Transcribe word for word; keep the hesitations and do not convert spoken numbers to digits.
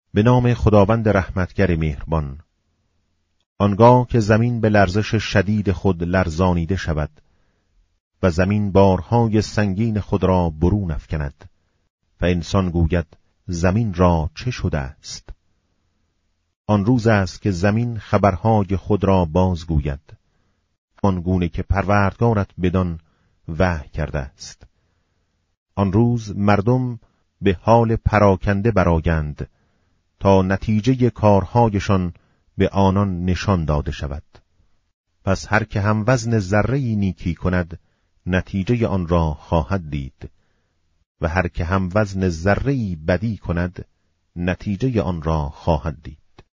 به نام خداوند رحمتگر مهربان. آنگاه که زمین به لرزش شدید خود لرزانیده شود و زمین بارهای سنگین خود را برون افکند و انسان گوید زمین را چه شده است؟ آن روز است که زمین خبرهای خود را بازگوید، آنگونه که پروردگارت بدان وحی کرده است. آن روز مردم به حال پراکنده برآیند تا نتیجه کارهایشان به آنان نشان داده شود. پس هر که هم وزن ذره‌ای نیکی کند نتیجه آن را خواهد دید و هر که هم وزن ذره‌ای بدی کند نتیجه آن را خواهد دید.